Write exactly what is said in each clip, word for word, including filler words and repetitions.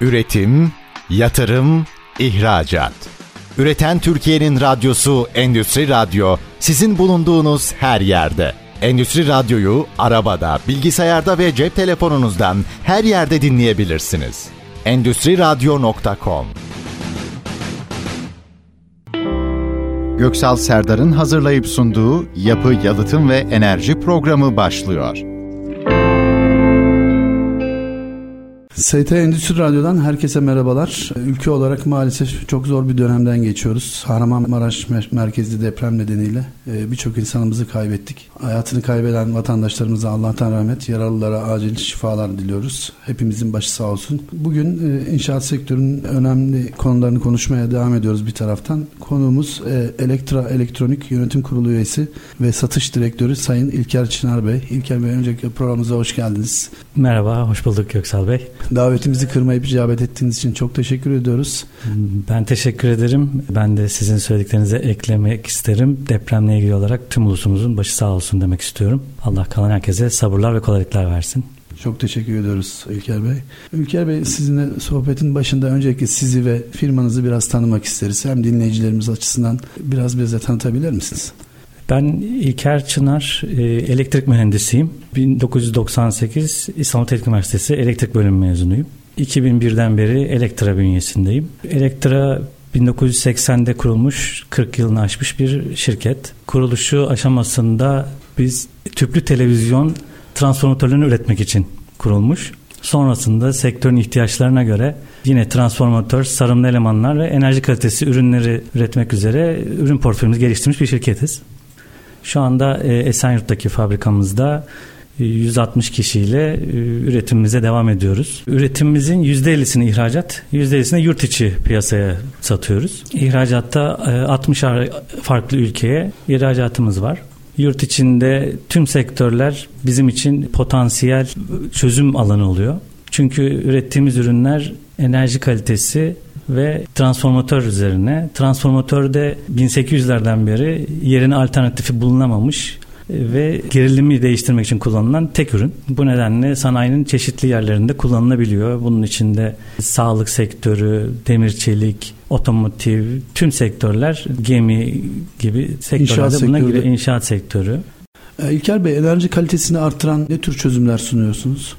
Üretim, yatırım, ihracat. Üreten Türkiye'nin radyosu Endüstri Radyo, sizin bulunduğunuz her yerde. Endüstri Radyo'yu arabada, bilgisayarda ve cep telefonunuzdan her yerde dinleyebilirsiniz. endüstri radyo nokta com. Göksal Serdar'ın hazırlayıp sunduğu Yapı, Yalıtım ve Enerji programı başlıyor. S T Endüstri Radyo'dan herkese merhabalar. Ülke olarak maalesef çok zor bir dönemden geçiyoruz. Kahramanmaraş merkezli deprem nedeniyle birçok insanımızı kaybettik. Hayatını kaybeden vatandaşlarımıza Allah'tan rahmet, yaralılara acil şifalar diliyoruz. Hepimizin başı sağ olsun. Bugün inşaat sektörünün önemli konularını konuşmaya devam ediyoruz bir taraftan. Konuğumuz Elektra Elektronik Yönetim Kurulu üyesi ve satış direktörü Sayın İlker Çınar Bey. İlker Bey, öncelikle programımıza hoş geldiniz. Merhaba, hoş bulduk Göksal Bey. Davetimizi kırmayıp icabet ettiğiniz için çok teşekkür ediyoruz. Ben teşekkür ederim. Ben de sizin söylediklerinize eklemek isterim. Depremle ilgili olarak tüm ulusumuzun başı sağ olsun demek istiyorum. Allah kalan herkese sabırlar ve kolaylıklar versin. Çok teşekkür ediyoruz İlker Bey. İlker Bey, sizinle sohbetin başında öncelikle sizi ve firmanızı biraz tanımak isteriz. Hem dinleyicilerimiz açısından biraz bize tanıtabilir misiniz? Ben İlker Çınar, elektrik mühendisiyim. bin dokuz yüz doksan sekiz İstanbul Teknik Üniversitesi elektrik bölümü mezunuyum. iki bin birden beri Elektra bünyesindeyim. Elektra bin dokuz yüz seksende kurulmuş, kırk yılını aşmış bir şirket. Kuruluşu aşamasında biz tüplü televizyon transformatörlerini üretmek için kurulmuş. Sonrasında sektörün ihtiyaçlarına göre yine transformatör, sarımlı elemanlar ve enerji kalitesi ürünleri üretmek üzere ürün portföyümüzü geliştirmiş bir şirketiz. Şu anda Esenyurt'taki fabrikamızda yüz altmış kişiyle üretimimize devam ediyoruz. Üretimimizin yüzde ellisini ihracat, yüzde ellisini yurt içi piyasaya satıyoruz. İhracatta altmış farklı ülkeye ihracatımız var. Yurt içinde tüm sektörler bizim için potansiyel çözüm alanı oluyor. Çünkü ürettiğimiz ürünler enerji kalitesi ve transformatör üzerine. Transformatörde bin sekiz yüzlerden beri yerine alternatifi bulunamamış ve gerilimi değiştirmek için kullanılan tek ürün. Bu nedenle sanayinin çeşitli yerlerinde kullanılabiliyor. Bunun içinde sağlık sektörü, demir çelik, otomotiv, tüm sektörler, gemi gibi sektörlerde buna giriyor. İnşaat sektörü. İlker Bey, enerji kalitesini artıran ne tür çözümler sunuyorsunuz?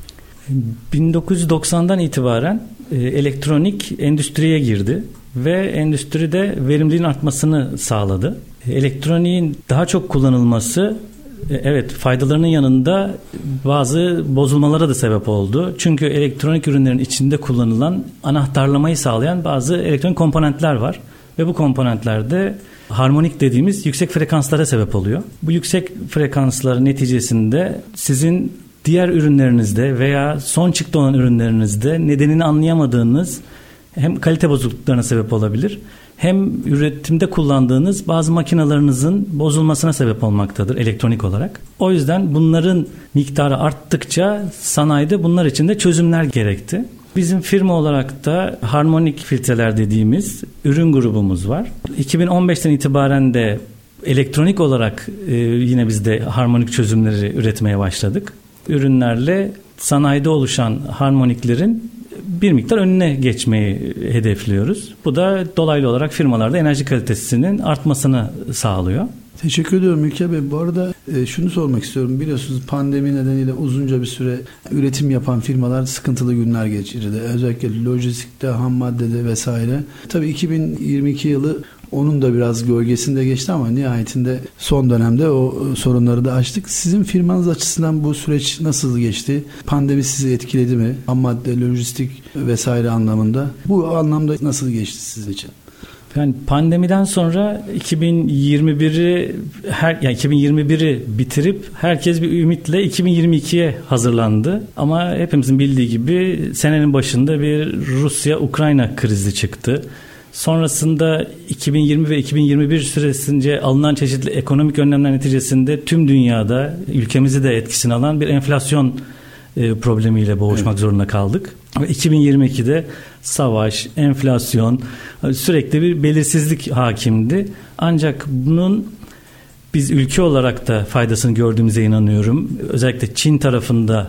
bin dokuz yüz doksandan itibaren e, elektronik endüstriye girdi ve endüstride verimliliğin artmasını sağladı. Elektroniğin daha çok kullanılması e, evet faydalarının yanında bazı bozulmalara da sebep oldu. Çünkü elektronik ürünlerin içinde kullanılan anahtarlamayı sağlayan bazı elektronik komponentler var ve bu komponentlerde harmonik dediğimiz yüksek frekanslara sebep oluyor. Bu yüksek frekanslar neticesinde sizin diğer ürünlerinizde veya son çıktı olan ürünlerinizde nedenini anlayamadığınız hem kalite bozukluklarına sebep olabilir, hem üretimde kullandığınız bazı makinalarınızın bozulmasına sebep olmaktadır elektronik olarak. O yüzden bunların miktarı arttıkça sanayide bunlar için de çözümler gerekti. Bizim firma olarak da harmonik filtreler dediğimiz ürün grubumuz var. iki bin on beşten itibaren de elektronik olarak e, yine biz de harmonik çözümleri üretmeye başladık. Ürünlerle sanayide oluşan harmoniklerin bir miktar önüne geçmeyi hedefliyoruz. Bu da dolaylı olarak firmalarda enerji kalitesinin artmasını sağlıyor. Teşekkür ediyorum İlker Bey. Bu arada e, şunu sormak istiyorum. Biliyorsunuz pandemi nedeniyle uzunca bir süre üretim yapan firmalar sıkıntılı günler geçirdi. Özellikle lojistikte, ham maddede vesaire. Tabii iki bin yirmi iki yılı onun da biraz gölgesinde geçti ama nihayetinde son dönemde o sorunları da aştık. Sizin firmanız açısından bu süreç nasıl geçti? Pandemi sizi etkiledi mi? Ham madde, lojistik vesaire anlamında. Bu anlamda nasıl geçti sizin için? Yani pandemiden sonra iki bin yirmi biri her yani iki bin yirmi biri bitirip herkes bir ümitle iki bin yirmi ikiye hazırlandı. Ama hepimizin bildiği gibi senenin başında bir Rusya-Ukrayna krizi çıktı. Sonrasında iki bin yirmi ve iki bin yirmi bir süresince alınan çeşitli ekonomik önlemler neticesinde tüm dünyada ülkemizi de etkisini alan bir enflasyon e, problemiyle boğuşmak evet. zorunda kaldık. Ve iki bin yirmi ikide savaş, enflasyon, sürekli bir belirsizlik hakimdi. Ancak bunun biz ülke olarak da faydasını gördüğümüze inanıyorum. Özellikle Çin tarafında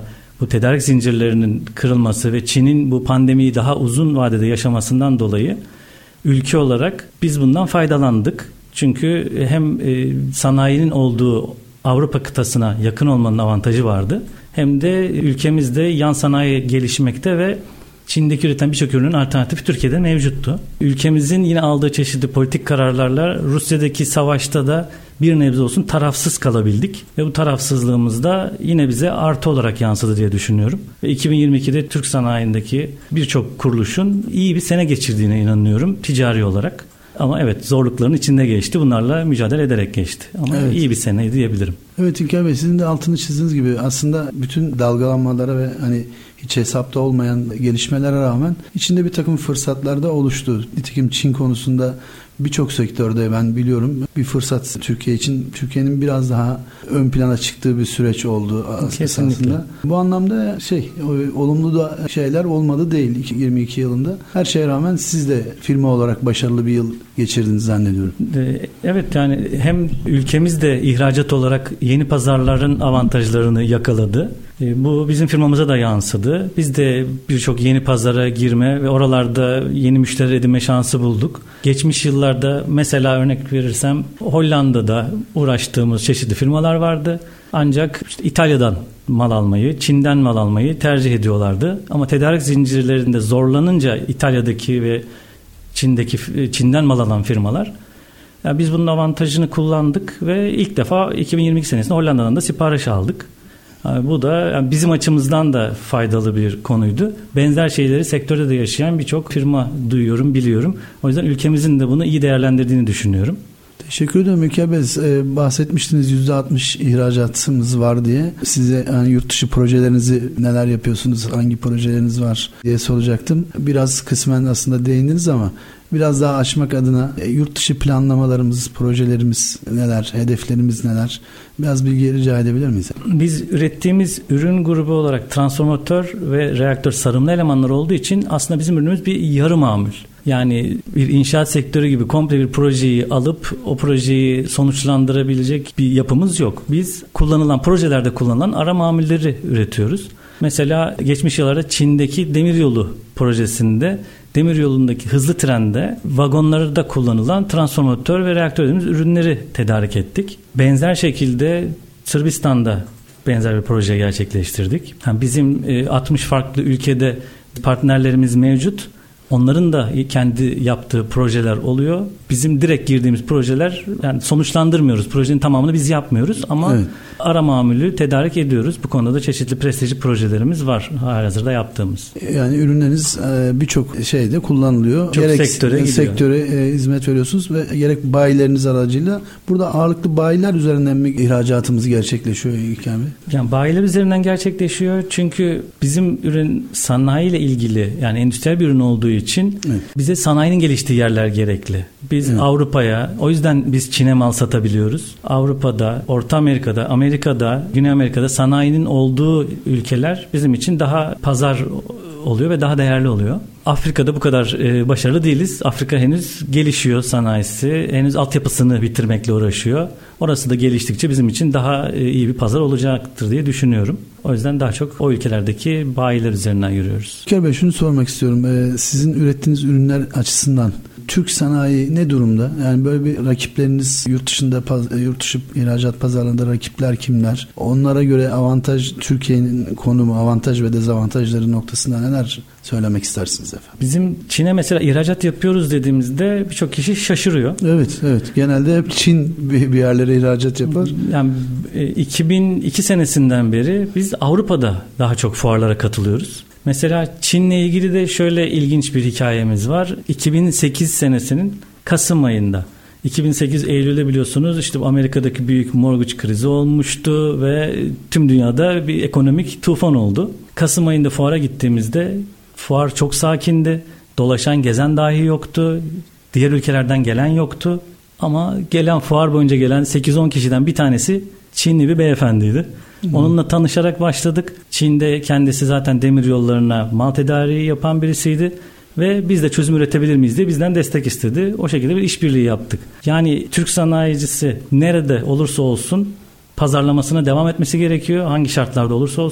bu tedarik zincirlerinin kırılması ve Çin'in bu pandemiyi daha uzun vadede yaşamasından dolayı ülke olarak biz bundan faydalandık. Çünkü hem sanayinin olduğu Avrupa kıtasına yakın olmanın avantajı vardı. Hem de ülkemizde yan sanayi gelişmekte ve Çin'deki üreten birçok ürünün alternatifi Türkiye'de mevcuttu. Ülkemizin yine aldığı çeşitli politik kararlarla Rusya'daki savaşta da bir nebze olsun tarafsız kalabildik. Ve bu tarafsızlığımız da yine bize artı olarak yansıdı diye düşünüyorum. Ve iki bin yirmi ikide Türk sanayindeki birçok kuruluşun iyi bir sene geçirdiğine inanıyorum ticari olarak. Ama evet, zorlukların içinde geçti. Bunlarla mücadele ederek geçti. Ama evet, iyi bir seneydi diyebilirim. Evet İlker Bey, sizin de altını çizdiğiniz gibi aslında bütün dalgalanmalara ve hani hiç hesapta olmayan gelişmelere rağmen içinde bir takım fırsatlar da oluştu. Nitekim Çin konusunda birçok sektörde ben biliyorum bir fırsat Türkiye için, Türkiye'nin biraz daha ön plana çıktığı bir süreç oldu aslında. Bu anlamda şey olumlu da şeyler olmadı değil iki bin yirmi iki yılında. Her şeye rağmen siz de firma olarak başarılı bir yıl geçirdiniz zannediyorum. Evet, yani hem ülkemiz de ihracat olarak yeni pazarların avantajlarını yakaladı. Bu bizim firmamıza da yansıdı. Biz de birçok yeni pazara girme ve oralarda yeni müşteri edinme şansı bulduk. Geçmiş yıllarda mesela örnek verirsem Hollanda'da uğraştığımız çeşitli firmalar vardı. Ancak işte İtalya'dan mal almayı, Çin'den mal almayı tercih ediyorlardı. Ama tedarik zincirlerinde zorlanınca İtalya'daki ve Çin'deki Çin'den mal alan firmalar, yani biz bunun avantajını kullandık ve ilk defa iki bin yirmi iki senesinde Hollanda'dan da sipariş aldık. Yani bu da yani bizim açımızdan da faydalı bir konuydu. Benzer şeyleri sektörde de yaşayan birçok firma duyuyorum, biliyorum. O yüzden ülkemizin de bunu iyi değerlendirdiğini düşünüyorum. Teşekkür ederim İlker Bey. Ee, bahsetmiştiniz yüzde altmış ihracatımız var diye. Size yani yurt dışı projelerinizi neler yapıyorsunuz, hangi projeleriniz var diye soracaktım. Biraz kısmen aslında değindiniz ama biraz daha açmak adına e, yurt dışı planlamalarımız, projelerimiz neler, hedeflerimiz neler? Biraz bilgi rica edebilir miyiz? Biz ürettiğimiz ürün grubu olarak transformatör ve reaktör sarımlı elemanlar olduğu için aslında bizim ürünümüz bir yarı mamul. Yani bir inşaat sektörü gibi komple bir projeyi alıp o projeyi sonuçlandırabilecek bir yapımız yok. Biz kullanılan, projelerde kullanılan ara mamulleri üretiyoruz. Mesela geçmiş yıllarda Çin'deki demiryolu projesinde, demiryolundaki hızlı trende vagonlarda kullanılan transformatör ve reaktör dediğimiz ürünleri tedarik ettik. Benzer şekilde Sırbistan'da benzer bir proje gerçekleştirdik. Yani bizim altmış farklı ülkede partnerlerimiz mevcut. Onların da kendi yaptığı projeler oluyor. Bizim direkt girdiğimiz projeler, yani sonuçlandırmıyoruz. Projenin tamamını biz yapmıyoruz ama evet, ara mamülü tedarik ediyoruz. Bu konuda da çeşitli prestijli projelerimiz var halihazırda yaptığımız. Yani ürünleriniz birçok şeyde kullanılıyor. Çok gerek sektöre gidiyor. Sektöre hizmet veriyorsunuz ve gerek bayileriniz aracıyla. Burada ağırlıklı bayiler üzerinden mi ihracatımız gerçekleşiyor İlker Bey? Yani bayiler üzerinden gerçekleşiyor. Çünkü bizim ürün sanayiyle ilgili, yani endüstriyel bir ürün olduğu için evet, bize sanayinin geliştiği yerler gerekli. Biz evet, Avrupa'ya, o yüzden biz Çin'e mal satabiliyoruz. Avrupa'da, Orta Amerika'da, Amerika'da, Güney Amerika'da sanayinin olduğu ülkeler bizim için daha pazar oluyor ve daha değerli oluyor. Afrika'da bu kadar e, başarılı değiliz. Afrika henüz gelişiyor sanayisi. Henüz altyapısını bitirmekle uğraşıyor. Orası da geliştikçe bizim için daha e, iyi bir pazar olacaktır diye düşünüyorum. O yüzden daha çok o ülkelerdeki bayiler üzerinden yürüyoruz. İlker Bey, şunu sormak istiyorum. Ee, sizin ürettiğiniz ürünler açısından Türk sanayi ne durumda? Yani böyle bir rakipleriniz, yurt dışında yurt dışı ihracat pazarlarında rakipler kimler? Onlara göre avantaj, Türkiye'nin konumu, avantaj ve dezavantajları noktasında neler söylemek istersiniz efendim? Bizim Çin'e mesela ihracat yapıyoruz dediğimizde birçok kişi şaşırıyor. Evet, evet. Genelde hep Çin bir yerlere ihracat yapar. Yani iki bin iki senesinden beri biz Avrupa'da daha çok fuarlara katılıyoruz. Mesela Çin'le ilgili de şöyle ilginç bir hikayemiz var. iki bin sekiz senesinin Kasım ayında, iki bin sekiz Eylül'de biliyorsunuz işte Amerika'daki büyük mortgage krizi olmuştu ve tüm dünyada bir ekonomik tufan oldu. Kasım ayında fuara gittiğimizde fuar çok sakindi. Dolaşan, gezen dahi yoktu. Diğer ülkelerden gelen yoktu. Ama gelen, fuar boyunca gelen sekiz on kişiden bir tanesi Çinli bir beyefendiydi. Onunla tanışarak başladık. Çin'de kendisi zaten demir yollarına mal tedariği yapan birisiydi. Ve biz de çözüm üretebilir miyiz diye bizden destek istedi. O şekilde bir işbirliği yaptık. Yani Türk sanayicisi nerede olursa olsun pazarlamasına devam etmesi gerekiyor. Hangi şartlarda olursa olsun.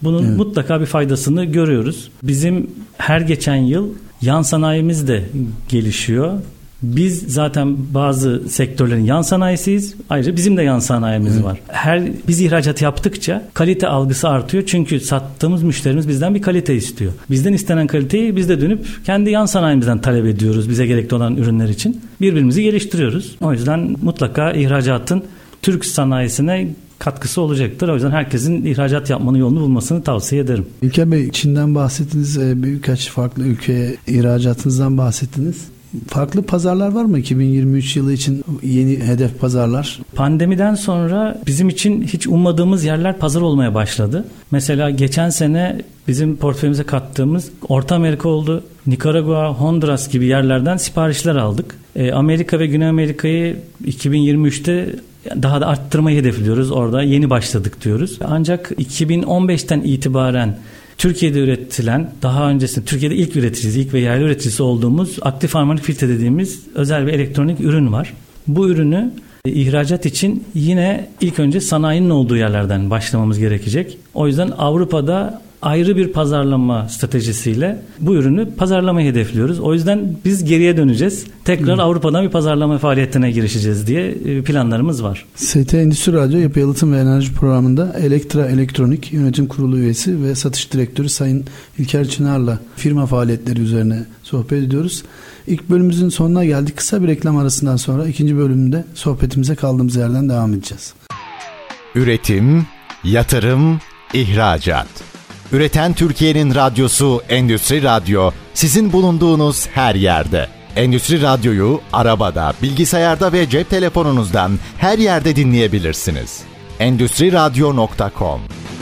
Bunun evet. mutlaka bir faydasını görüyoruz. Bizim her geçen yıl yan sanayimiz de gelişiyor. Biz zaten bazı sektörlerin yan sanayisiyiz. Ayrıca bizim de yan sanayimiz evet. var. Her biz ihracat yaptıkça kalite algısı artıyor. Çünkü sattığımız müşterimiz bizden bir kalite istiyor. Bizden istenen kaliteyi biz de dönüp kendi yan sanayimizden talep ediyoruz. Bize gerekli olan ürünler için. Birbirimizi geliştiriyoruz. O yüzden mutlaka ihracatın Türk sanayisine katkısı olacaktır. O yüzden herkesin ihracat yapmanın yolunu bulmasını tavsiye ederim. İlker Bey, Çin'den bahsettiniz. Birkaç farklı ülkeye ihracatınızdan bahsettiniz. Farklı pazarlar var mı iki bin yirmi üç yılı için yeni hedef pazarlar? Pandemiden sonra bizim için hiç ummadığımız yerler pazar olmaya başladı. Mesela geçen sene bizim portföyümüze kattığımız Orta Amerika oldu. Nikaragua, Honduras gibi yerlerden siparişler aldık. E, Amerika ve Güney Amerika'yı iki bin yirmi üçte daha da arttırmayı hedefliyoruz. Orada yeni başladık diyoruz. Ancak iki bin on beşten itibaren Türkiye'de üretilen, daha öncesinde Türkiye'de ilk üreticisi, ilk ve yerli üreticisi olduğumuz aktif harmonik filtre dediğimiz özel bir elektronik ürün var. Bu ürünü e, ihracat için yine ilk önce sanayinin olduğu yerlerden başlamamız gerekecek. O yüzden Avrupa'da ayrı bir pazarlama stratejisiyle bu ürünü pazarlamayı hedefliyoruz. O yüzden biz geriye döneceğiz. Tekrar hmm. Avrupa'dan bir pazarlama faaliyetine girişeceğiz diye planlarımız var. S T Endüstri Radyo Yapı Yalıtım ve Enerji Programı'nda Elektra Elektronik Yönetim Kurulu üyesi ve satış direktörü Sayın İlker Çınar'la firma faaliyetleri üzerine sohbet ediyoruz. İlk bölümümüzün sonuna geldik. Kısa bir reklam arasından sonra ikinci bölümde sohbetimize kaldığımız yerden devam edeceğiz. Üretim, yatırım, ihracat. Üreten Türkiye'nin radyosu Endüstri Radyo, sizin bulunduğunuz her yerde. Endüstri Radyo'yu arabada, bilgisayarda ve cep telefonunuzdan her yerde dinleyebilirsiniz. endüstri radyo nokta com.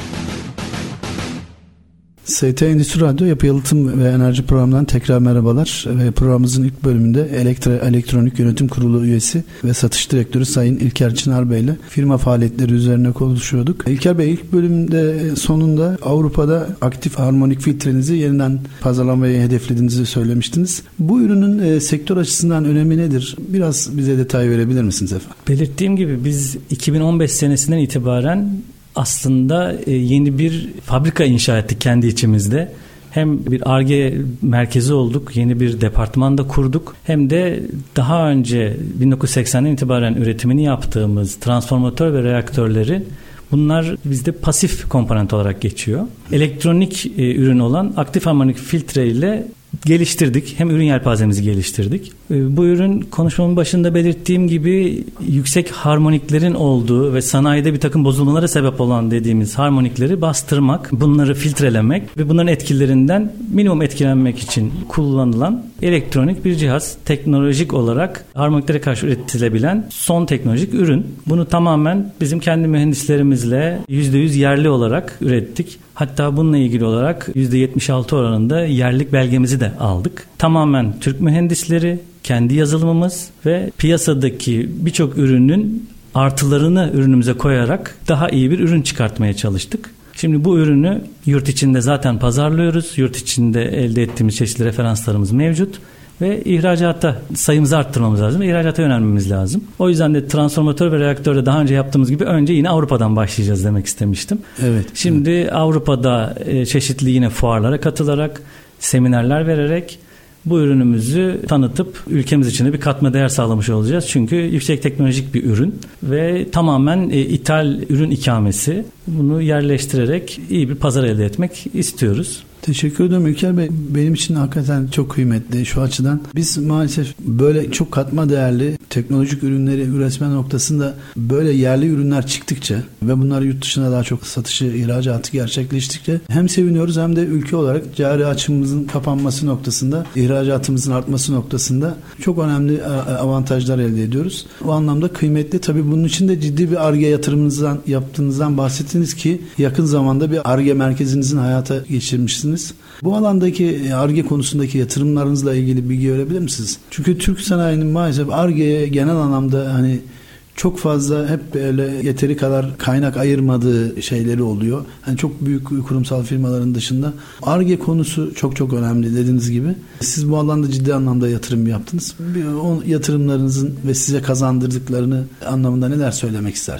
S T Endüstri Radyo Yapı Yalıtım ve Enerji Programı'ndan tekrar merhabalar. Ve programımızın ilk bölümünde Elektra Elektronik Yönetim Kurulu üyesi ve satış direktörü Sayın İlker Çınar Bey ile firma faaliyetleri üzerine konuşuyorduk. İlker Bey, ilk bölümde sonunda Avrupa'da aktif harmonik filtrenizi yeniden pazarlamayı hedeflediğinizi söylemiştiniz. Bu ürünün e, sektör açısından önemi nedir? Biraz bize detay verebilir misiniz efendim? Belirttiğim gibi biz iki bin on beş senesinden itibaren aslında yeni bir fabrika inşa ettik kendi içimizde. Hem bir Ar-Ge merkezi olduk, yeni bir departman da kurduk. Hem de daha önce bin dokuz yüz seksenden itibaren üretimini yaptığımız transformatör ve reaktörleri, bunlar bizde pasif komponent olarak geçiyor. Elektronik e, ürün olan aktif harmonik filtre ile geliştirdik. Hem ürün yelpazemizi geliştirdik. Bu ürün, konuşmamın başında belirttiğim gibi, yüksek harmoniklerin olduğu ve sanayide bir takım bozulmalara sebep olan dediğimiz harmonikleri bastırmak, bunları filtrelemek ve bunların etkilerinden minimum etkilenmek için kullanılan elektronik bir cihaz. Teknolojik olarak harmoniklere karşı üretilebilen son teknolojik ürün. Bunu tamamen bizim kendi mühendislerimizle yüzde yüz yerli olarak ürettik. Hatta bununla ilgili olarak yüzde yetmiş altı oranında yerlilik belgemizi de aldık. Tamamen Türk mühendisleri, kendi yazılımımız ve piyasadaki birçok ürünün artılarını ürünümüze koyarak daha iyi bir ürün çıkartmaya çalıştık. Şimdi bu ürünü yurt içinde zaten pazarlıyoruz. Yurt içinde elde ettiğimiz çeşitli referanslarımız mevcut. Ve ihracata sayımızı arttırmamız lazım. İhracata yönelmemiz lazım. O yüzden de transformatör ve reaktörde daha önce yaptığımız gibi önce yine Avrupa'dan başlayacağız demek istemiştim. Evet. Şimdi evet. Avrupa'da çeşitli yine fuarlara katılarak, seminerler vererek bu ürünümüzü tanıtıp ülkemiz için de bir katma değer sağlamış olacağız. Çünkü yüksek teknolojik bir ürün ve tamamen e, ithal ürün ikamesi. Bunu yerleştirerek iyi bir pazar elde etmek istiyoruz. Teşekkür ederim İlker Bey. Benim için hakikaten çok kıymetli şu açıdan. Biz maalesef böyle çok katma değerli teknolojik ürünleri üretme noktasında böyle yerli ürünler çıktıkça ve bunları yurt dışına daha çok satışı, ihracatı gerçekleştikçe hem seviniyoruz hem de ülke olarak cari açığımızın kapanması noktasında, ihracatımızın artması noktasında çok önemli avantajlar elde ediyoruz. O anlamda kıymetli. Tabii bunun için de ciddi bir Ar-Ge yatırımınızdan yaptığınızdan bahsettiniz ki yakın zamanda bir Ar-Ge merkezinizin hayata geçirmişsiniz. Bu alandaki Ar-Ge konusundaki yatırımlarınızla ilgili bilgi verebilir misiniz? Çünkü Türk sanayinin maalesef Ar-Ge'ye genel anlamda hani çok fazla hep böyle yeteri kadar kaynak ayırmadığı şeyleri oluyor. Hani çok büyük kurumsal firmaların dışında Ar-Ge konusu çok çok önemli dediğiniz gibi. Siz bu alanda ciddi anlamda yatırım yaptınız. O yatırımlarınızın ve size kazandırdıklarını anlamında neler söylemek istersiniz?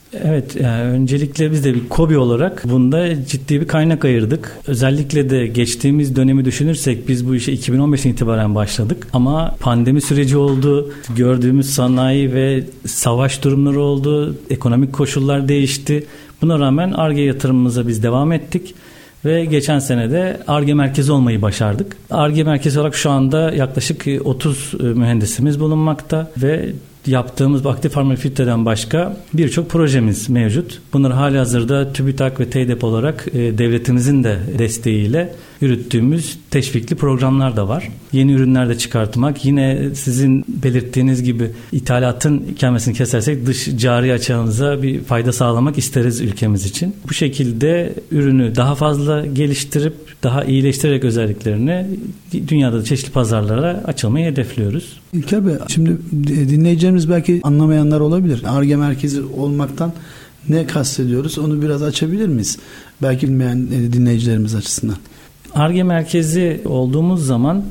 Evet, yani öncelikle biz de bir KOBİ olarak bunda ciddi bir kaynak ayırdık. Özellikle de geçtiğimiz dönemi düşünürsek biz bu işe iki bin on beşten itibaren başladık. Ama pandemi süreci oldu, gördüğümüz sanayi ve savaş durumları oldu, ekonomik koşullar değişti. Buna rağmen Ar-Ge yatırımımıza biz devam ettik. Ve geçen sene de Ar-Ge merkezi olmayı başardık. Ar-Ge merkezi olarak şu anda yaklaşık otuz mühendisimiz bulunmakta ve yaptığımız aktif farma filtreden başka birçok projemiz mevcut. Bunlar halihazırda TÜBİTAK ve TEİDEP olarak e, devletimizin de desteğiyle yürüttüğümüz teşvikli programlar da var. Yeni ürünler de çıkartmak, yine sizin belirttiğiniz gibi ithalatın ikamesini kesersek dış cari açığımıza bir fayda sağlamak isteriz ülkemiz için. Bu şekilde ürünü daha fazla geliştirip daha iyileştirerek özelliklerini dünyada da çeşitli pazarlara açılmayı hedefliyoruz. İlker Bey, şimdi dinleyeceğimiz belki anlamayanlar olabilir. Ar-Ge merkezi olmaktan ne kastediyoruz? Onu biraz açabilir miyiz? Belki bilmeyen dinleyicilerimiz açısından. Ar-Ge merkezi olduğumuz zaman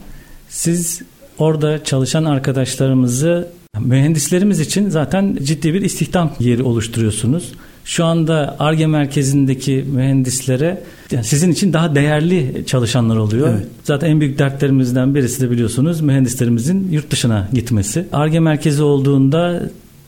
siz orada çalışan arkadaşlarımızı, mühendislerimiz için zaten ciddi bir istihdam yeri oluşturuyorsunuz. Şu anda Ar-Ge merkezindeki mühendislere, yani sizin için daha değerli çalışanlar oluyor. Evet. Zaten en büyük dertlerimizden birisi de biliyorsunuz mühendislerimizin yurt dışına gitmesi. Ar-Ge merkezi olduğunda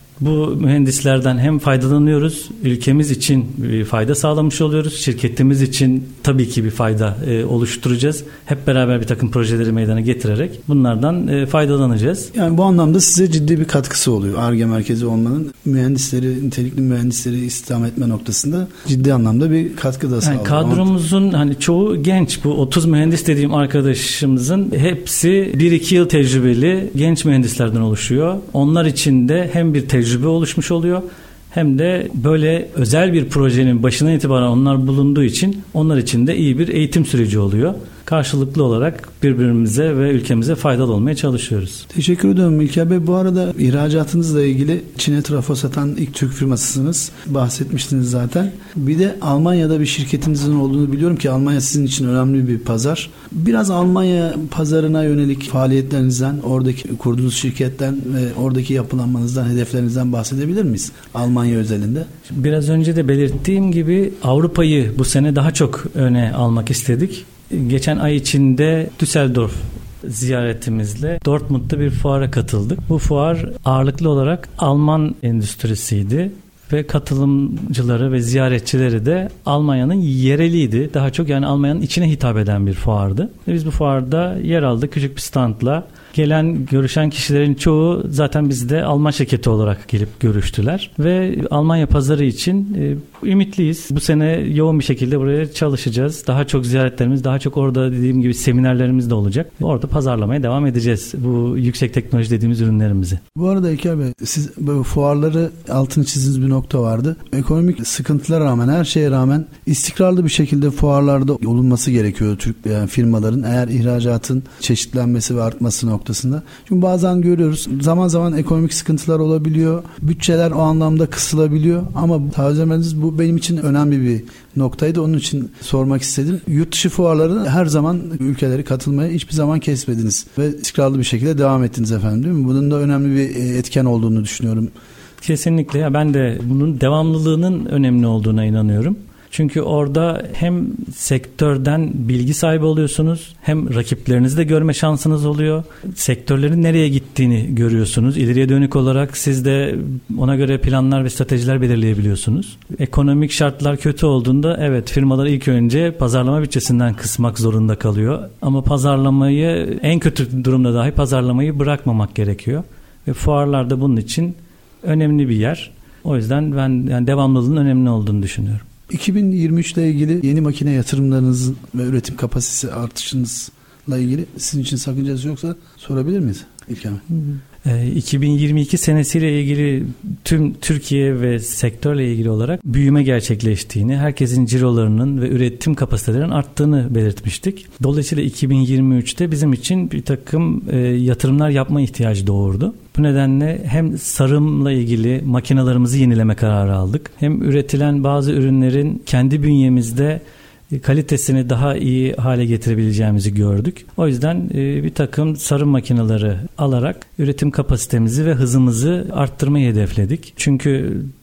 bu mühendislerden hem faydalanıyoruz, ülkemiz için bir fayda sağlamış oluyoruz, şirketimiz için tabii ki bir fayda e, oluşturacağız. Hep beraber bir takım projeleri meydana getirerek bunlardan e, faydalanacağız. Yani bu anlamda size ciddi bir katkısı oluyor. Ar-Ge merkezi olmanın mühendisleri, nitelikli mühendisleri istihdam etme noktasında ciddi anlamda bir katkı da sağlıyor. Yani kadromuzun hani çoğu genç. Bu otuz mühendis dediğim arkadaşımızın hepsi bir iki yıl tecrübeli genç mühendislerden oluşuyor. Onlar için de hem bir tecrübe tecrübe oluşmuş oluyor. Hem de böyle özel bir projenin başından itibaren onlar bulunduğu için onlar için de iyi bir eğitim süreci oluyor. Karşılıklı olarak birbirimize ve ülkemize faydalı olmaya çalışıyoruz. Teşekkür ederim İlker Bey. Bu arada ihracatınızla ilgili Çin'e trafo satan ilk Türk firmasısınız. Bahsetmiştiniz zaten. Bir de Almanya'da bir şirketinizin olduğunu biliyorum ki Almanya sizin için önemli bir pazar. Biraz Almanya pazarına yönelik faaliyetlerinizden, oradaki kurduğunuz şirketten ve oradaki yapılanmanızdan, hedeflerinizden bahsedebilir miyiz? Almanya özelinde. Biraz önce de belirttiğim gibi Avrupa'yı bu sene daha çok öne almak istedik. Geçen ay içinde Düsseldorf ziyaretimizle Dortmund'da bir fuara katıldık. Bu fuar ağırlıklı olarak Alman endüstrisiydi ve katılımcıları ve ziyaretçileri de Almanya'nın yereliydi. Daha çok yani Almanya'nın içine hitap eden bir fuardı. Ve biz bu fuarda yer aldık küçük bir standla. Gelen, görüşen kişilerin çoğu zaten bizde Alman şirketi olarak gelip görüştüler. Ve Almanya pazarı için e, ümitliyiz. Bu sene yoğun bir şekilde buraya çalışacağız. Daha çok ziyaretlerimiz, daha çok orada dediğim gibi seminerlerimiz de olacak. Orada pazarlamaya devam edeceğiz bu yüksek teknoloji dediğimiz ürünlerimizi. Bu arada İlker Bey, siz böyle fuarları altını çizdiğiniz bir nokta vardı. Ekonomik sıkıntılara rağmen, her şeye rağmen istikrarlı bir şekilde fuarlarda olunması gerekiyor Türk yani firmaların. Eğer ihracatın çeşitlenmesi ve artması noktasında. Çünkü bazen görüyoruz zaman zaman ekonomik sıkıntılar olabiliyor. Bütçeler o anlamda kısılabiliyor. Ama taze bu benim için önemli bir noktaydı. Onun için sormak istedim. Yurt dışı fuarlarına her zaman ülkeleri katılmaya hiçbir zaman kesmediniz. Ve istikrarlı bir şekilde devam ettiniz efendim, değil mi? Bunun da önemli bir etken olduğunu düşünüyorum. Kesinlikle. Ya ben de bunun devamlılığının önemli olduğuna inanıyorum. Çünkü orada hem sektörden bilgi sahibi oluyorsunuz, hem rakiplerinizi de görme şansınız oluyor. Sektörlerin nereye gittiğini görüyorsunuz. İleriye dönük olarak siz de ona göre planlar ve stratejiler belirleyebiliyorsunuz. Ekonomik şartlar kötü olduğunda evet firmalar ilk önce pazarlama bütçesinden kısmak zorunda kalıyor. Ama pazarlamayı en kötü durumda dahi pazarlamayı bırakmamak gerekiyor. Ve fuarlarda bunun için önemli bir yer. O yüzden ben yani devamlılığın önemli olduğunu düşünüyorum. iki bin yirmi üç ile ilgili yeni makine yatırımlarınızın ve üretim kapasitesi artışınızla ilgili sizin için sakıncası yoksa sorabilir miyiz İlker Bey? iki bin yirmi iki senesiyle ilgili tüm Türkiye ve sektörle ilgili olarak büyüme gerçekleştiğini, herkesin cirolarının ve üretim kapasitelerinin arttığını belirtmiştik. Dolayısıyla iki bin yirmi üçte bizim için bir takım e, yatırımlar yapma ihtiyacı doğurdu. Bu nedenle hem sarımla ilgili makinalarımızı yenileme kararı aldık. Hem üretilen bazı ürünlerin kendi bünyemizde kalitesini daha iyi hale getirebileceğimizi gördük. O yüzden bir takım sarım makineleri alarak üretim kapasitemizi ve hızımızı arttırmayı hedefledik. Çünkü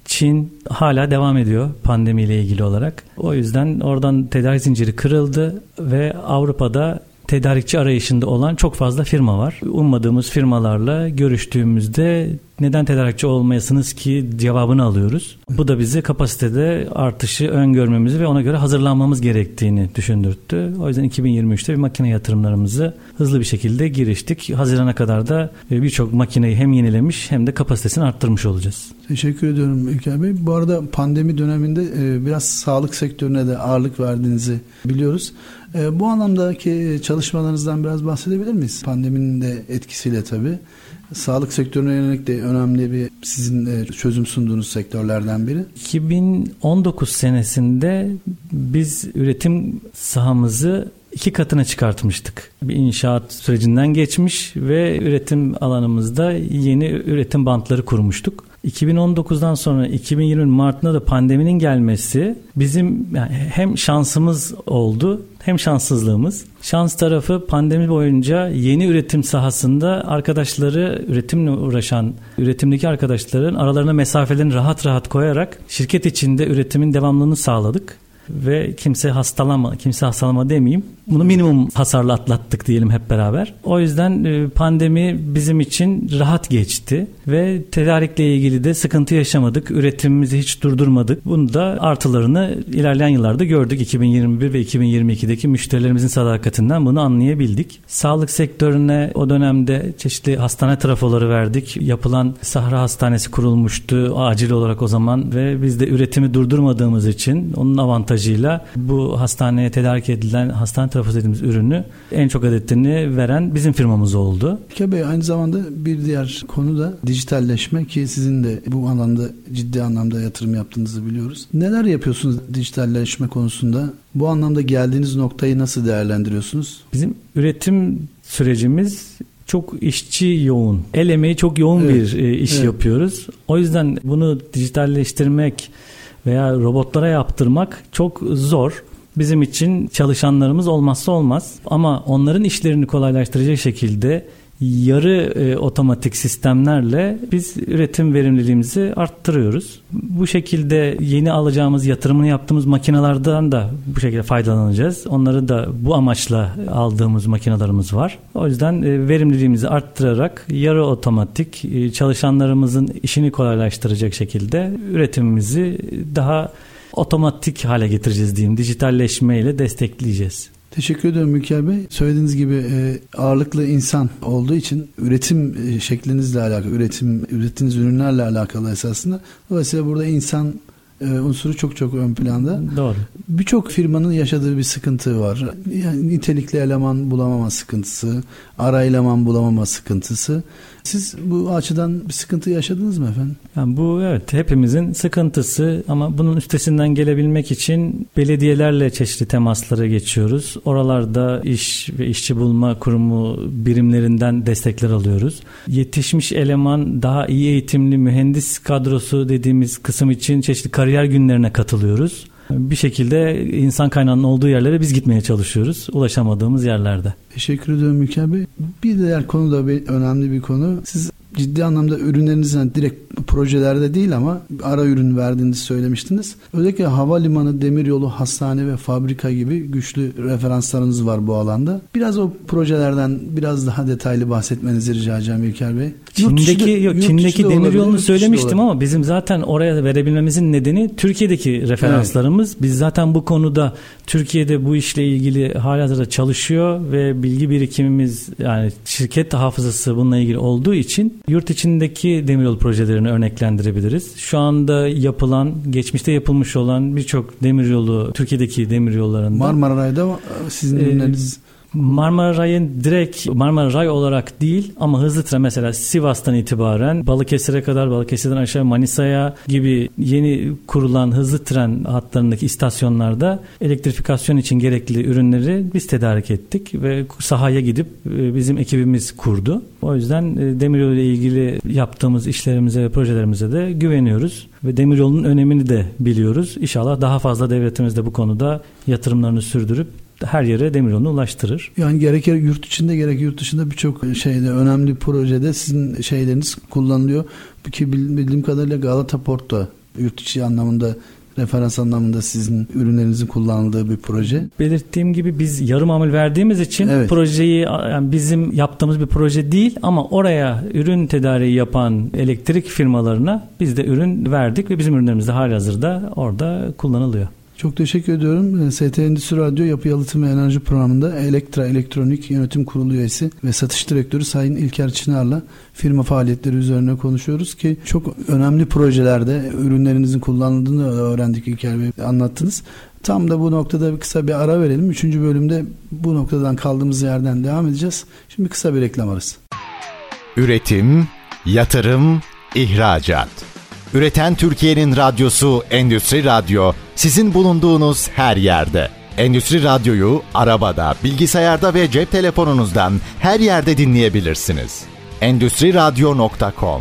Çin hala devam ediyor pandemiyle ilgili olarak. O yüzden oradan tedarik zinciri kırıldı ve Avrupa'da tedarikçi arayışında olan çok fazla firma var. Ummadığımız firmalarla görüştüğümüzde neden tedarikçi olmayasınız ki cevabını alıyoruz. Bu da bizi kapasitede artışı öngörmemizi ve ona göre hazırlanmamız gerektiğini düşündürttü. O yüzden iki bin yirmi üçte bir makine yatırımlarımızı hızlı bir şekilde giriştik. Hazirana kadar da birçok makineyi hem yenilemiş hem de kapasitesini arttırmış olacağız. Teşekkür ediyorum İlker Bey. Bu arada pandemi döneminde biraz sağlık sektörüne de ağırlık verdiğinizi biliyoruz. Bu anlamdaki çalışmalarınızdan biraz bahsedebilir miyiz? Pandeminin de etkisiyle tabii. Sağlık sektörüne yönelik de önemli bir sizin çözüm sunduğunuz sektörlerden biri. iki bin on dokuz senesinde biz üretim sahamızı iki katına çıkartmıştık. Bir inşaat sürecinden geçmiş ve üretim alanımızda yeni üretim bantları kurmuştuk. iki bin on dokuzdan sonra iki bin yirmi Mart'ta da pandeminin gelmesi bizim yani hem şansımız oldu hem şanssızlığımız. Şans tarafı pandemi boyunca yeni üretim sahasında arkadaşları, üretimle uğraşan üretimdeki arkadaşların aralarına mesafelerini rahat rahat koyarak şirket içinde üretimin devamlılığını sağladık. Ve kimse hastalama, kimse hastalama demeyeyim. Bunu minimum hasarla atlattık diyelim hep beraber. O yüzden pandemi bizim için rahat geçti ve tedarikle ilgili de sıkıntı yaşamadık. Üretimimizi hiç durdurmadık. Bunu da artılarını ilerleyen yıllarda gördük. iki bin yirmi bir ve iki bin yirmi ikideki müşterilerimizin sadakatinden bunu anlayabildik. Sağlık sektörüne o dönemde çeşitli hastane trafoları verdik. Yapılan Sahra Hastanesi kurulmuştu acil olarak o zaman ve biz de üretimi durdurmadığımız için onun avantajı bu hastaneye tedarik edilen hastane trafosu dediğimiz ürünü en çok adetini veren bizim firmamız oldu. İlker Bey, aynı zamanda bir diğer konu da dijitalleşme ki sizin de bu alanda ciddi anlamda yatırım yaptığınızı biliyoruz. Neler yapıyorsunuz dijitalleşme konusunda? Bu anlamda geldiğiniz noktayı nasıl değerlendiriyorsunuz? Bizim üretim sürecimiz çok işçi yoğun, el emeği çok yoğun evet. bir iş evet. yapıyoruz. O yüzden bunu dijitalleştirmek veya robotlara yaptırmak çok zor. Bizim için çalışanlarımız olmazsa olmaz. Ama onların işlerini kolaylaştıracak şekilde yarı e, otomatik sistemlerle biz üretim verimliliğimizi arttırıyoruz. Bu şekilde yeni alacağımız, yatırımını yaptığımız makinelerden de bu şekilde faydalanacağız. Onları da bu amaçla aldığımız makinelerimiz var. O yüzden e, verimliliğimizi arttırarak yarı otomatik e, çalışanlarımızın işini kolaylaştıracak şekilde üretimimizi daha otomatik hale getireceğiz diyeyim. Dijitalleşmeyle destekleyeceğiz. Teşekkür ederim İlker Bey. Söylediğiniz gibi e, ağırlıklı insan olduğu için üretim e, şeklinizle alakalı, üretim ürettiğiniz ürünlerle alakalı esasında. Dolayısıyla burada insan e, unsuru çok çok ön planda. Doğru. Birçok firmanın yaşadığı bir sıkıntı var. Yani nitelikli eleman bulamama sıkıntısı, ara eleman bulamama sıkıntısı. Siz bu açıdan bir sıkıntı yaşadınız mı efendim? Yani bu evet hepimizin sıkıntısı ama bunun üstesinden gelebilmek için belediyelerle çeşitli temaslara geçiyoruz. Oralarda iş ve işçi bulma kurumu birimlerinden destekler alıyoruz. Yetişmiş eleman, daha iyi eğitimli mühendis kadrosu dediğimiz kısım için çeşitli kariyer günlerine katılıyoruz. Bir şekilde insan kaynağının olduğu yerlere biz gitmeye çalışıyoruz. Ulaşamadığımız yerlerde. Teşekkür ediyorum İlker Bey. Bir diğer konu da bir, önemli bir konu. Siz ciddi anlamda ürünlerinizden direkt projelerde değil ama ara ürün verdiğinizi söylemiştiniz. Özellikle havalimanı, demiryolu, hastane ve fabrika gibi güçlü referanslarınız var bu alanda. Biraz o projelerden biraz daha detaylı bahsetmenizi rica edeceğim İlker Bey. Çin'deki dışı, yok, Çin'deki demiryolunu söylemiştim ama bizim zaten oraya verebilmemizin nedeni Türkiye'deki referanslarımız. Evet. Biz zaten bu konuda Türkiye'de bu işle ilgili halihazırda çalışıyor ve bilgi birikimimiz yani şirket hafızası bununla ilgili olduğu için yurt içindeki demiryolu projelerini örneklendirebiliriz. Şu anda yapılan, geçmişte yapılmış olan birçok demiryolu, Türkiye'deki demiryollarında Marmara Ray'da sizin ürünleriniz e, Marmara Ray'ın direkt Marmara Ray olarak değil ama hızlı tren mesela Sivas'tan itibaren Balıkesir'e kadar, Balıkesir'den aşağı Manisa'ya gibi yeni kurulan hızlı tren hatlarındaki istasyonlarda elektrifikasyon için gerekli ürünleri biz tedarik ettik ve sahaya gidip bizim ekibimiz kurdu. O yüzden demiryolu ile ilgili yaptığımız işlerimize ve projelerimize de güveniyoruz ve demiryolunun önemini de biliyoruz. İnşallah daha fazla devletimiz de bu konuda yatırımlarını sürdürüp her yere demiryolunu ulaştırır. Yani gerek yurt içinde gerek yurt dışında birçok şeyde önemli projede sizin şeyleriniz kullanılıyor. Ki bildiğim kadarıyla Galata Port'ta yurt içi anlamında, referans anlamında sizin ürünlerinizin kullanıldığı bir proje. Belirttiğim gibi biz yarı mamul verdiğimiz için evet. projeyi yani bizim yaptığımız bir proje değil ama oraya ürün tedariği yapan elektrik firmalarına biz de ürün verdik ve bizim ürünlerimiz de halihazırda orada kullanılıyor. Çok teşekkür ediyorum. S T Endüstri Radyo Yapı Yalıtım ve Enerji Programı'nda Elektra Elektronik Yönetim Kurulu üyesi ve satış direktörü Sayın İlker Çınar'la firma faaliyetleri üzerine konuşuyoruz ki çok önemli projelerde ürünlerinizin kullanıldığını öğrendik, İlker Bey anlattınız. Tam da bu noktada kısa bir ara verelim. Üçüncü bölümde bu noktadan kaldığımız yerden devam edeceğiz. Şimdi kısa bir reklam arası. Üretim, yatırım, ihracat. Üreten Türkiye'nin radyosu Endüstri Radyo, sizin bulunduğunuz her yerde. Endüstri Radyo'yu arabada, bilgisayarda ve cep telefonunuzdan her yerde dinleyebilirsiniz. endüstri radyo nokta com.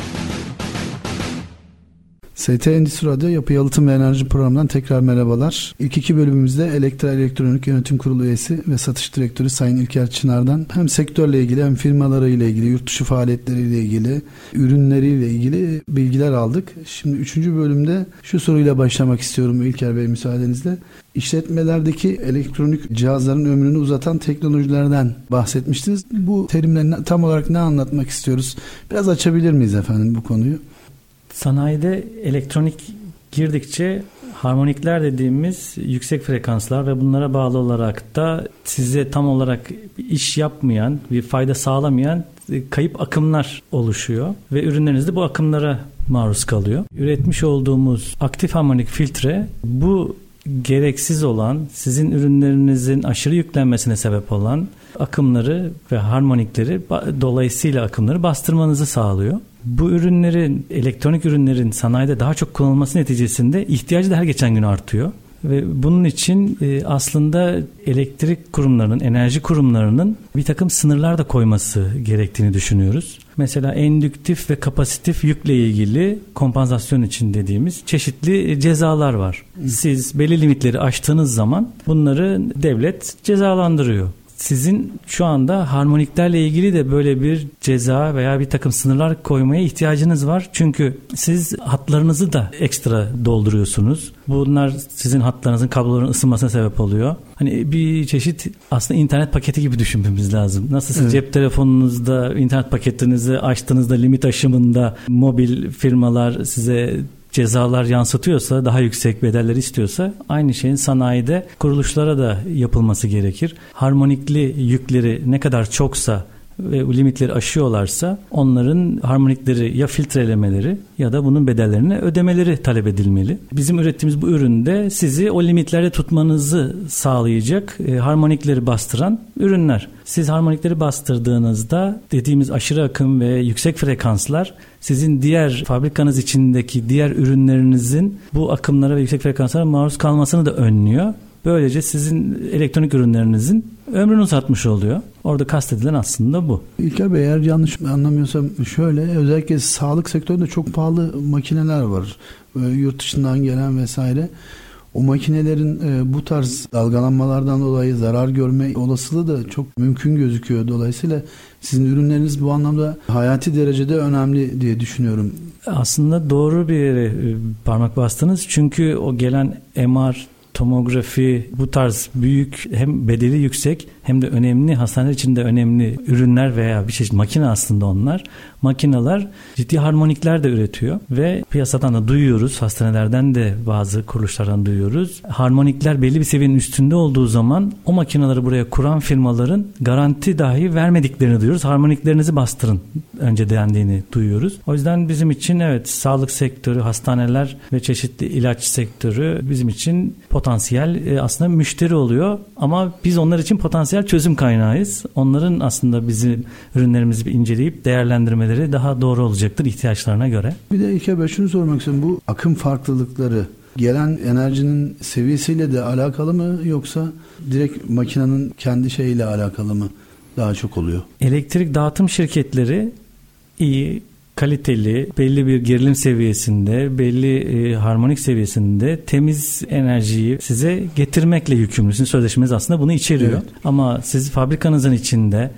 S T Endüstri Radyo Yapı Yalıtım ve Enerji Programı'ndan tekrar merhabalar. İlk iki bölümümüzde Elektra Elektronik Yönetim Kurulu üyesi ve satış direktörü Sayın İlker Çınar'dan hem sektörle ilgili hem firmalarıyla ilgili, yurt dışı faaliyetleriyle ilgili, ürünleriyle ilgili bilgiler aldık. Şimdi üçüncü bölümde şu soruyla başlamak istiyorum İlker Bey müsaadenizle. İşletmelerdeki elektronik cihazların ömrünü uzatan teknolojilerden bahsetmiştiniz. Bu terimle tam olarak ne anlatmak istiyoruz? Biraz açabilir miyiz efendim bu konuyu? Sanayide elektronik girdikçe harmonikler dediğimiz yüksek frekanslar ve bunlara bağlı olarak da size tam olarak iş yapmayan, bir fayda sağlamayan kayıp akımlar oluşuyor ve ürünleriniz de bu akımlara maruz kalıyor. Üretmiş olduğumuz aktif harmonik filtre bu gereksiz olan, sizin ürünlerinizin aşırı yüklenmesine sebep olan akımları ve harmonikleri, dolayısıyla akımları bastırmanızı sağlıyor. Bu ürünlerin, elektronik ürünlerin sanayide daha çok kullanılması neticesinde ihtiyacı da her geçen gün artıyor. Ve bunun için aslında elektrik kurumlarının, enerji kurumlarının bir takım sınırlar da koyması gerektiğini düşünüyoruz. Mesela endüktif ve kapasitif yükle ilgili kompansasyon için dediğimiz çeşitli cezalar var. Siz belli limitleri aştığınız zaman bunları devlet cezalandırıyor. Sizin şu anda harmoniklerle ilgili de böyle bir ceza veya bir takım sınırlar koymaya ihtiyacınız var. Çünkü siz hatlarınızı da ekstra dolduruyorsunuz. Bunlar sizin hatlarınızın, kabloların ısınmasına sebep oluyor. Hani bir çeşit aslında internet paketi gibi düşünmemiz lazım. Nasıl siz evet. cep telefonunuzda internet paketinizi açtığınızda limit aşımında mobil firmalar size cezalar yansıtıyorsa, daha yüksek bedeller istiyorsa aynı şeyin sanayide kuruluşlara da yapılması gerekir. Harmonikli yükleri ne kadar çoksa ve bu limitleri aşıyorlarsa onların harmonikleri ya filtrelemeleri ya da bunun bedellerini ödemeleri talep edilmeli. Bizim ürettiğimiz bu üründe sizi o limitlerde tutmanızı sağlayacak e, harmonikleri bastıran ürünler. Siz harmonikleri bastırdığınızda dediğimiz aşırı akım ve yüksek frekanslar sizin diğer fabrikanız içindeki diğer ürünlerinizin bu akımlara ve yüksek frekanslara maruz kalmasını da önlüyor. Böylece sizin elektronik ürünlerinizin ömrünü uzatmış oluyor. Orada kastedilen aslında bu. İlker Bey, eğer yanlış anlamıyorsam şöyle, özellikle sağlık sektöründe çok pahalı makineler var. Yurt dışından gelen vesaire. O makinelerin bu tarz dalgalanmalardan dolayı zarar görme olasılığı da çok mümkün gözüküyor. Dolayısıyla sizin ürünleriniz bu anlamda hayati derecede önemli diye düşünüyorum. Aslında doğru bir yere parmak bastınız. Çünkü o gelen M R, tomografi, bu tarz büyük, hem bedeli yüksek hem de önemli, hastaneler için de önemli ürünler veya bir çeşit makine aslında onlar. Makineler ciddi harmonikler de üretiyor ve piyasadan da duyuyoruz, hastanelerden de bazı kuruluşlardan duyuyoruz. Harmonikler belli bir seviyenin üstünde olduğu zaman o makineleri buraya kuran firmaların garanti dahi vermediklerini duyuyoruz. Harmoniklerinizi bastırın önce dendiğini duyuyoruz. O yüzden bizim için evet, sağlık sektörü, hastaneler ve çeşitli ilaç sektörü bizim için potansiyel aslında müşteri oluyor ama biz onlar için potansiyel çözüm kaynağıyız. Onların aslında bizim ürünlerimizi bir inceleyip değerlendirmeleri daha doğru olacaktır ihtiyaçlarına göre. Bir de İlker Bey, şunu sormak istiyorum. Bu akım farklılıkları gelen enerjinin seviyesiyle de alakalı mı, yoksa direkt makinenin kendi şeyiyle alakalı mı daha çok oluyor? Elektrik dağıtım şirketleri iyi, kaliteli, belli bir gerilim seviyesinde, belli e, harmonik seviyesinde temiz enerjiyi size getirmekle yükümlüsünüz. Sözleşmeniz aslında bunu içeriyor. Evet. Ama siz fabrikanızın içinde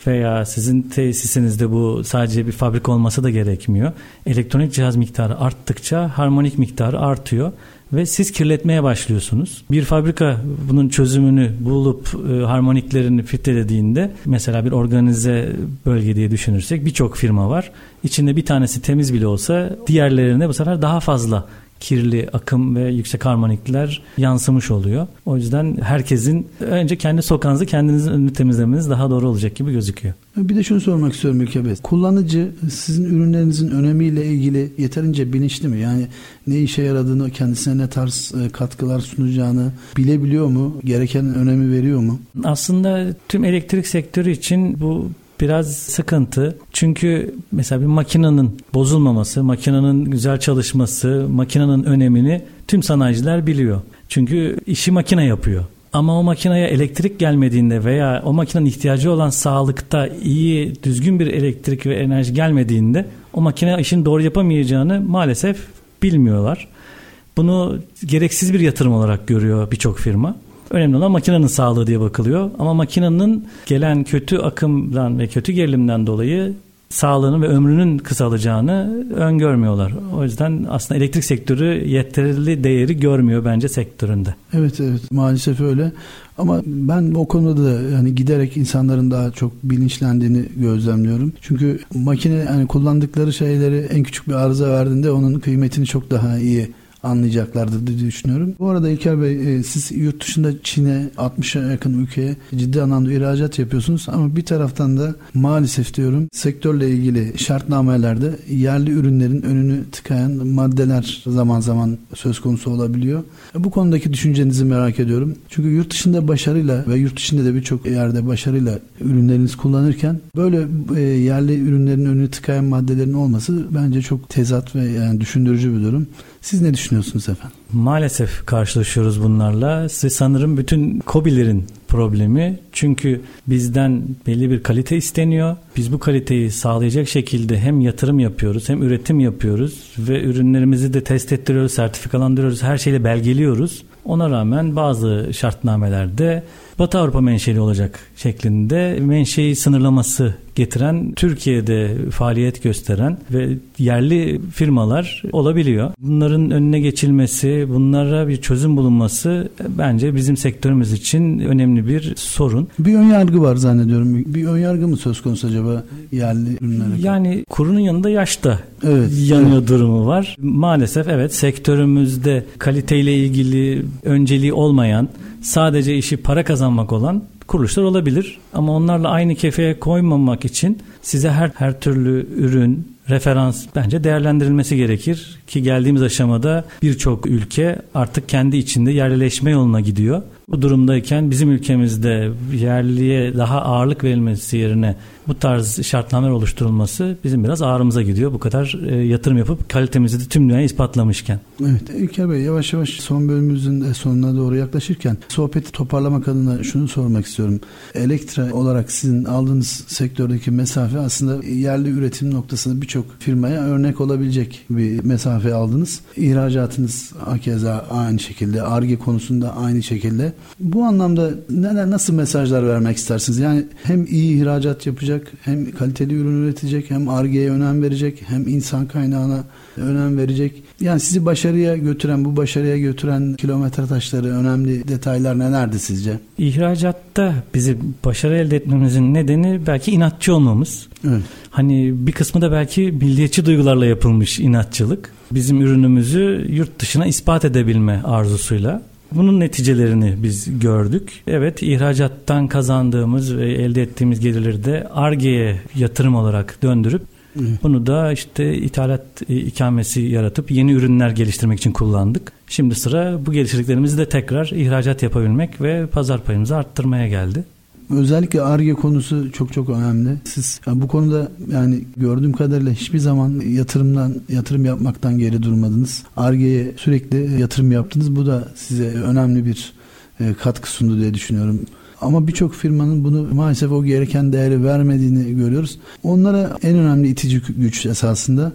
veya sizin tesisinizde bu sadece bir fabrika olması da gerekmiyor. Elektronik cihaz miktarı arttıkça harmonik miktarı artıyor ve siz kirletmeye başlıyorsunuz. Bir fabrika bunun çözümünü bulup e, harmoniklerini filtrelediğinde, mesela bir organize bölge diye düşünürsek birçok firma var. İçinde bir tanesi temiz bile olsa diğerlerine bu sefer daha fazla kirli akım ve yüksek harmonikler yansımış oluyor. O yüzden herkesin önce kendi sokağınızı, kendinizin önünü temizlemeniz daha doğru olacak gibi gözüküyor. Bir de şunu sormak istiyorum Ülke Bey. Kullanıcı sizin ürünlerinizin önemiyle ilgili yeterince bilinçli mi? Yani ne işe yaradığını, kendisine ne tarz katkılar sunacağını bilebiliyor mu? Gereken önemi veriyor mu? Aslında tüm elektrik sektörü için bu biraz sıkıntı. Çünkü mesela bir makinenin bozulmaması, makinenin güzel çalışması, makinenin önemini tüm sanayiciler biliyor. Çünkü işi makine yapıyor. Ama o makineye elektrik gelmediğinde veya o makinenin ihtiyacı olan sağlıkta iyi, düzgün bir elektrik ve enerji gelmediğinde o makine işini doğru yapamayacağını maalesef bilmiyorlar. Bunu gereksiz bir yatırım olarak görüyor birçok firma. Önemli olan makinenin sağlığı diye bakılıyor. Ama makinenin gelen kötü akımdan ve kötü gerilimden dolayı sağlığının ve ömrünün kısalacağını öngörmüyorlar. O yüzden aslında elektrik sektörü yeterli değeri görmüyor bence sektöründe. Evet evet maalesef öyle. Ama ben o konuda da yani giderek insanların daha çok bilinçlendiğini gözlemliyorum. Çünkü makine yani kullandıkları şeyleri en küçük bir arıza verdiğinde onun kıymetini çok daha iyi anlayacaklardır diye düşünüyorum. Bu arada İlker Bey, siz yurt dışında Çin'e altmışa yakın ülkeye ciddi anlamda ihracat yapıyorsunuz ama bir taraftan da maalesef diyorum sektörle ilgili şartnamelerde yerli ürünlerin önünü tıkayan maddeler zaman zaman söz konusu olabiliyor. Bu konudaki düşüncenizi merak ediyorum. Çünkü yurt dışında başarıyla ve yurt dışında da birçok yerde başarıyla ürünlerinizi kullanırken böyle yerli ürünlerin önünü tıkayan maddelerin olması bence çok tezat ve yani düşündürücü bir durum. Siz ne düşünüyorsunuz efendim? Maalesef karşılaşıyoruz bunlarla. Size sanırım bütün KOBİ'lerin problemi. Çünkü bizden belli bir kalite isteniyor. Biz bu kaliteyi sağlayacak şekilde hem yatırım yapıyoruz hem üretim yapıyoruz ve ürünlerimizi de test ettiriyoruz, sertifikalandırıyoruz, her şeyle belgeliyoruz. Ona rağmen bazı şartnamelerde Batı Avrupa menşeli olacak şeklinde menşei sınırlaması getiren, Türkiye'de faaliyet gösteren ve yerli firmalar olabiliyor. Bunların önüne geçilmesi, bunlara bir çözüm bulunması bence bizim sektörümüz için önemli bir sorun. Bir önyargı var zannediyorum. Bir önyargı mı söz konusu acaba yerli ürünlere? Yani kurunun yanında yaş da evet, yanıyor evet. durumu var. Maalesef evet sektörümüzde kaliteyle ilgili önceliği olmayan, sadece işi para kazanmak olan kuruluşlar olabilir. Ama onlarla aynı kefeye koymamak için size her her türlü ürün, referans bence değerlendirilmesi gerekir. Ki geldiğimiz aşamada birçok ülke artık kendi içinde yerleşme yoluna gidiyor. Bu durumdayken bizim ülkemizde yerliye daha ağırlık verilmesi yerine bu tarz şartnameler oluşturulması bizim biraz ağrımıza gidiyor. Bu kadar e, yatırım yapıp kalitemizi de tüm dünyaya ispatlamışken. Evet İlker Bey, yavaş yavaş son bölümümüzün de sonuna doğru yaklaşırken sohbeti toparlamak adına şunu sormak istiyorum. Elektra olarak sizin aldığınız sektördeki mesafe aslında yerli üretim noktasında birçok firmaya örnek olabilecek bir mesafe aldınız. İhracatınız hakeza aynı şekilde, Ar-Ge konusunda aynı şekilde. Bu anlamda neler, nasıl mesajlar vermek istersiniz? Yani hem iyi ihracat yapacak, hem kaliteli ürün üretecek, hem Ar-Ge'ye önem verecek, hem insan kaynağına önem verecek. Yani sizi başarıya götüren, bu başarıya götüren kilometre taşları, önemli detaylar nelerdi sizce? İhracatta bizi başarı elde etmemizin nedeni belki inatçı olmamız. Evet. Hani bir kısmı da belki milliyetçi duygularla yapılmış inatçılık. Bizim ürünümüzü yurt dışına ispat edebilme arzusuyla. Bunun neticelerini biz gördük. Evet, ihracattan kazandığımız ve elde ettiğimiz gelirleri de Ar-Ge'ye yatırım olarak döndürüp evet. Bunu da işte ithalat ikamesi yaratıp yeni ürünler geliştirmek için kullandık. Şimdi sıra bu geliştirdiklerimizi de tekrar ihracat yapabilmek ve pazar payımızı arttırmaya geldi. Özellikle Ar-Ge konusu çok çok önemli. Siz yani bu konuda yani gördüğüm kadarıyla hiçbir zaman yatırımdan yatırım yapmaktan geri durmadınız. Ar-Ge'ye sürekli yatırım yaptınız. Bu da size önemli bir e, katkı sundu diye düşünüyorum. Ama birçok firmanın bunu maalesef o gereken değeri vermediğini görüyoruz. Onlara en önemli itici güç esasında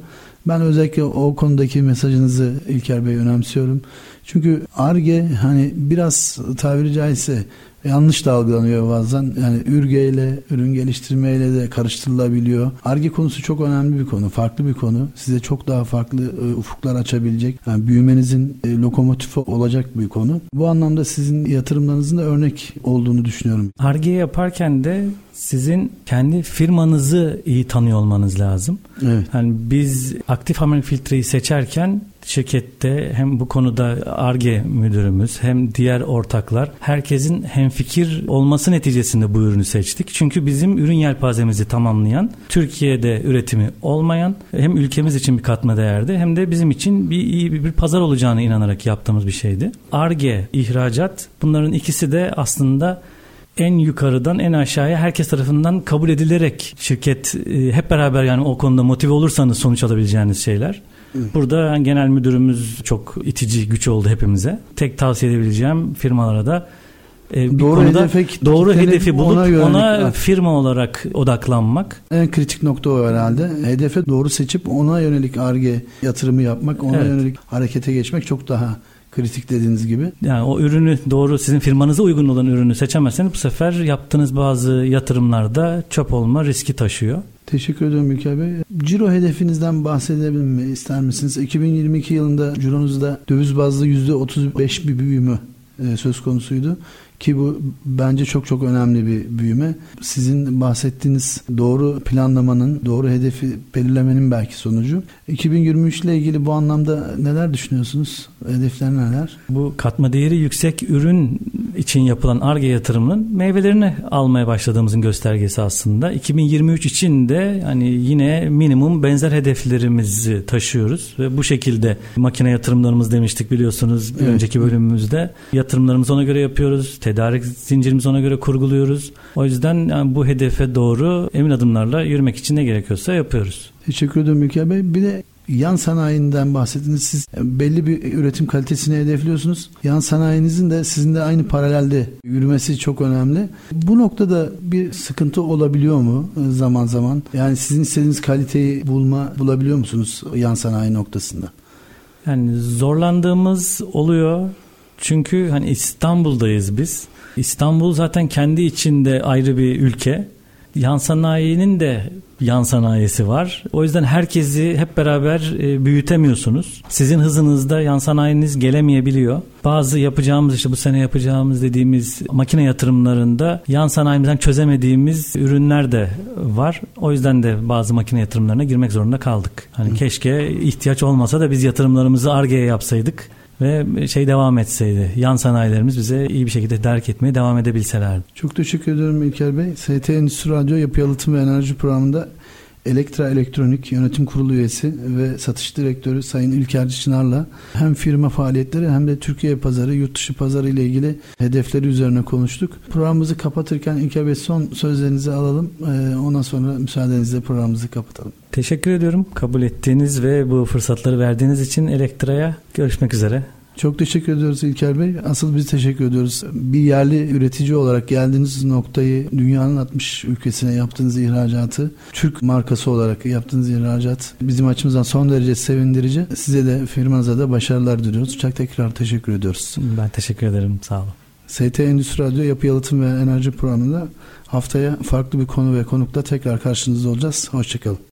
Ben özellikle o konudaki mesajınızı İlker Bey önemsiyorum. Çünkü Ar-Ge hani biraz tabiri caizse yanlış da algılanıyor bazen. Yani Ür-Ge ürün geliştirmeyle de karıştırılabiliyor. Ar-Ge konusu çok önemli bir konu, farklı bir konu. Size çok daha farklı e, ufuklar açabilecek, yani büyümenizin e, lokomotifi olacak bir konu. Bu anlamda sizin yatırımlarınızın da örnek olduğunu düşünüyorum. Ar-Ge yaparken de sizin kendi firmanızı iyi tanıyor olmanız lazım. Evet. Yani biz aktif hamarat filtreyi seçerken şirkette hem bu konuda Ar-Ge müdürümüz hem diğer ortaklar herkesin hemfikir olması neticesinde bu ürünü seçtik. Çünkü bizim ürün yelpazemizi tamamlayan, Türkiye'de üretimi olmayan, hem ülkemiz için bir katma değerdi hem de bizim için bir iyi bir, bir pazar olacağına inanarak yaptığımız bir şeydi. Ar-Ge, ihracat, bunların ikisi de aslında en yukarıdan en aşağıya herkes tarafından kabul edilerek şirket e, hep beraber, yani o konuda motive olursanız sonuç alabileceğiniz şeyler. Burada genel müdürümüz çok itici güç oldu hepimize. Tek tavsiye edebileceğim firmalara da e, bir doğru konuda hedefe, doğru hedefi bulup ona, ona firma olarak odaklanmak. En kritik nokta o herhalde. Hedefe doğru seçip ona yönelik Ar-Ge yatırımı yapmak, ona evet. yönelik harekete geçmek çok daha kritik dediğiniz gibi. Yani o ürünü doğru, sizin firmanıza uygun olan ürünü seçemezseniz bu sefer yaptığınız bazı yatırımlarda çöp olma riski taşıyor. Teşekkür ediyorum İlker Bey. Ciro hedefinizden bahsedebilir mi ister misiniz? iki bin yirmi iki yılında cironuzda döviz bazlı yüzde otuz beş bir büyüme e, söz konusuydu. Ki bu bence çok çok önemli bir büyüme. Sizin bahsettiğiniz doğru planlamanın, doğru hedefi belirlemenin belki sonucu. iki bin yirmi üç ile ilgili bu anlamda neler düşünüyorsunuz? Hedefler neler? Bu katma değeri yüksek ürün için yapılan Ar-Ge yatırımının meyvelerini almaya başladığımızın göstergesi aslında. iki bin yirmi üç için de hani yine minimum benzer hedeflerimizi taşıyoruz ve bu şekilde makine yatırımlarımız demiştik biliyorsunuz bir evet. önceki bölümümüzde. Yatırımlarımızı ona göre yapıyoruz. Tedarik zincirimizi ona göre kurguluyoruz. O yüzden yani bu hedefe doğru emin adımlarla yürümek için ne gerekiyorsa yapıyoruz. Teşekkür ederim Mülker Bey. Bir de yan sanayinden bahsettiniz. Siz belli bir üretim kalitesini hedefliyorsunuz. Yan sanayinizin de sizinle aynı paralelde yürümesi çok önemli. Bu noktada bir sıkıntı olabiliyor mu zaman zaman? Yani sizin istediğiniz kaliteyi bulma bulabiliyor musunuz yan sanayi noktasında? Yani zorlandığımız oluyor. Çünkü hani İstanbul'dayız biz. İstanbul zaten kendi içinde ayrı bir ülke. Yan sanayinin de yan sanayisi var. O yüzden herkesi hep beraber e, büyütemiyorsunuz. Sizin hızınızda yan sanayiniz gelemeyebiliyor. Bazı yapacağımız işte bu sene yapacağımız dediğimiz makine yatırımlarında yan sanayimizden çözemediğimiz ürünler de var. O yüzden de bazı makine yatırımlarına girmek zorunda kaldık. Hani Hı. keşke ihtiyaç olmasa da biz yatırımlarımızı Ar-Ge'ye yapsaydık ve şey devam etseydi. Yan sanayilerimiz bize iyi bir şekilde tedarik etmeye devam edebilselerdi. Çok teşekkür ederim İlker Bey. S T Endüstri Radyo Yapı Yalıtım ve Enerji Programı'nda Elektra Elektronik Yönetim Kurulu üyesi ve satış direktörü Sayın İlker Çınar'la hem firma faaliyetleri hem de Türkiye pazarı, yurt dışı pazarı ile ilgili hedefleri üzerine konuştuk. Programımızı kapatırken İlker Bey son sözlerinizi alalım. Ondan sonra müsaadenizle programımızı kapatalım. Teşekkür ediyorum. Kabul ettiğiniz ve bu fırsatları verdiğiniz için Elektra'ya görüşmek üzere. Çok teşekkür ediyoruz İlker Bey. Asıl biz teşekkür ediyoruz. Bir yerli üretici olarak geldiğiniz noktayı, dünyanın altmış ülkesine yaptığınız ihracatı, Türk markası olarak yaptığınız ihracat bizim açımızdan son derece sevindirici. Size de firmanıza da başarılar diliyoruz. Çok tekrar teşekkür ediyoruz. Ben teşekkür ederim. Sağ olun. S T Endüstri Radyo Yapı Yalıtım ve Enerji Programı'nda haftaya farklı bir konu ve konukla tekrar karşınızda olacağız. Hoşçakalın.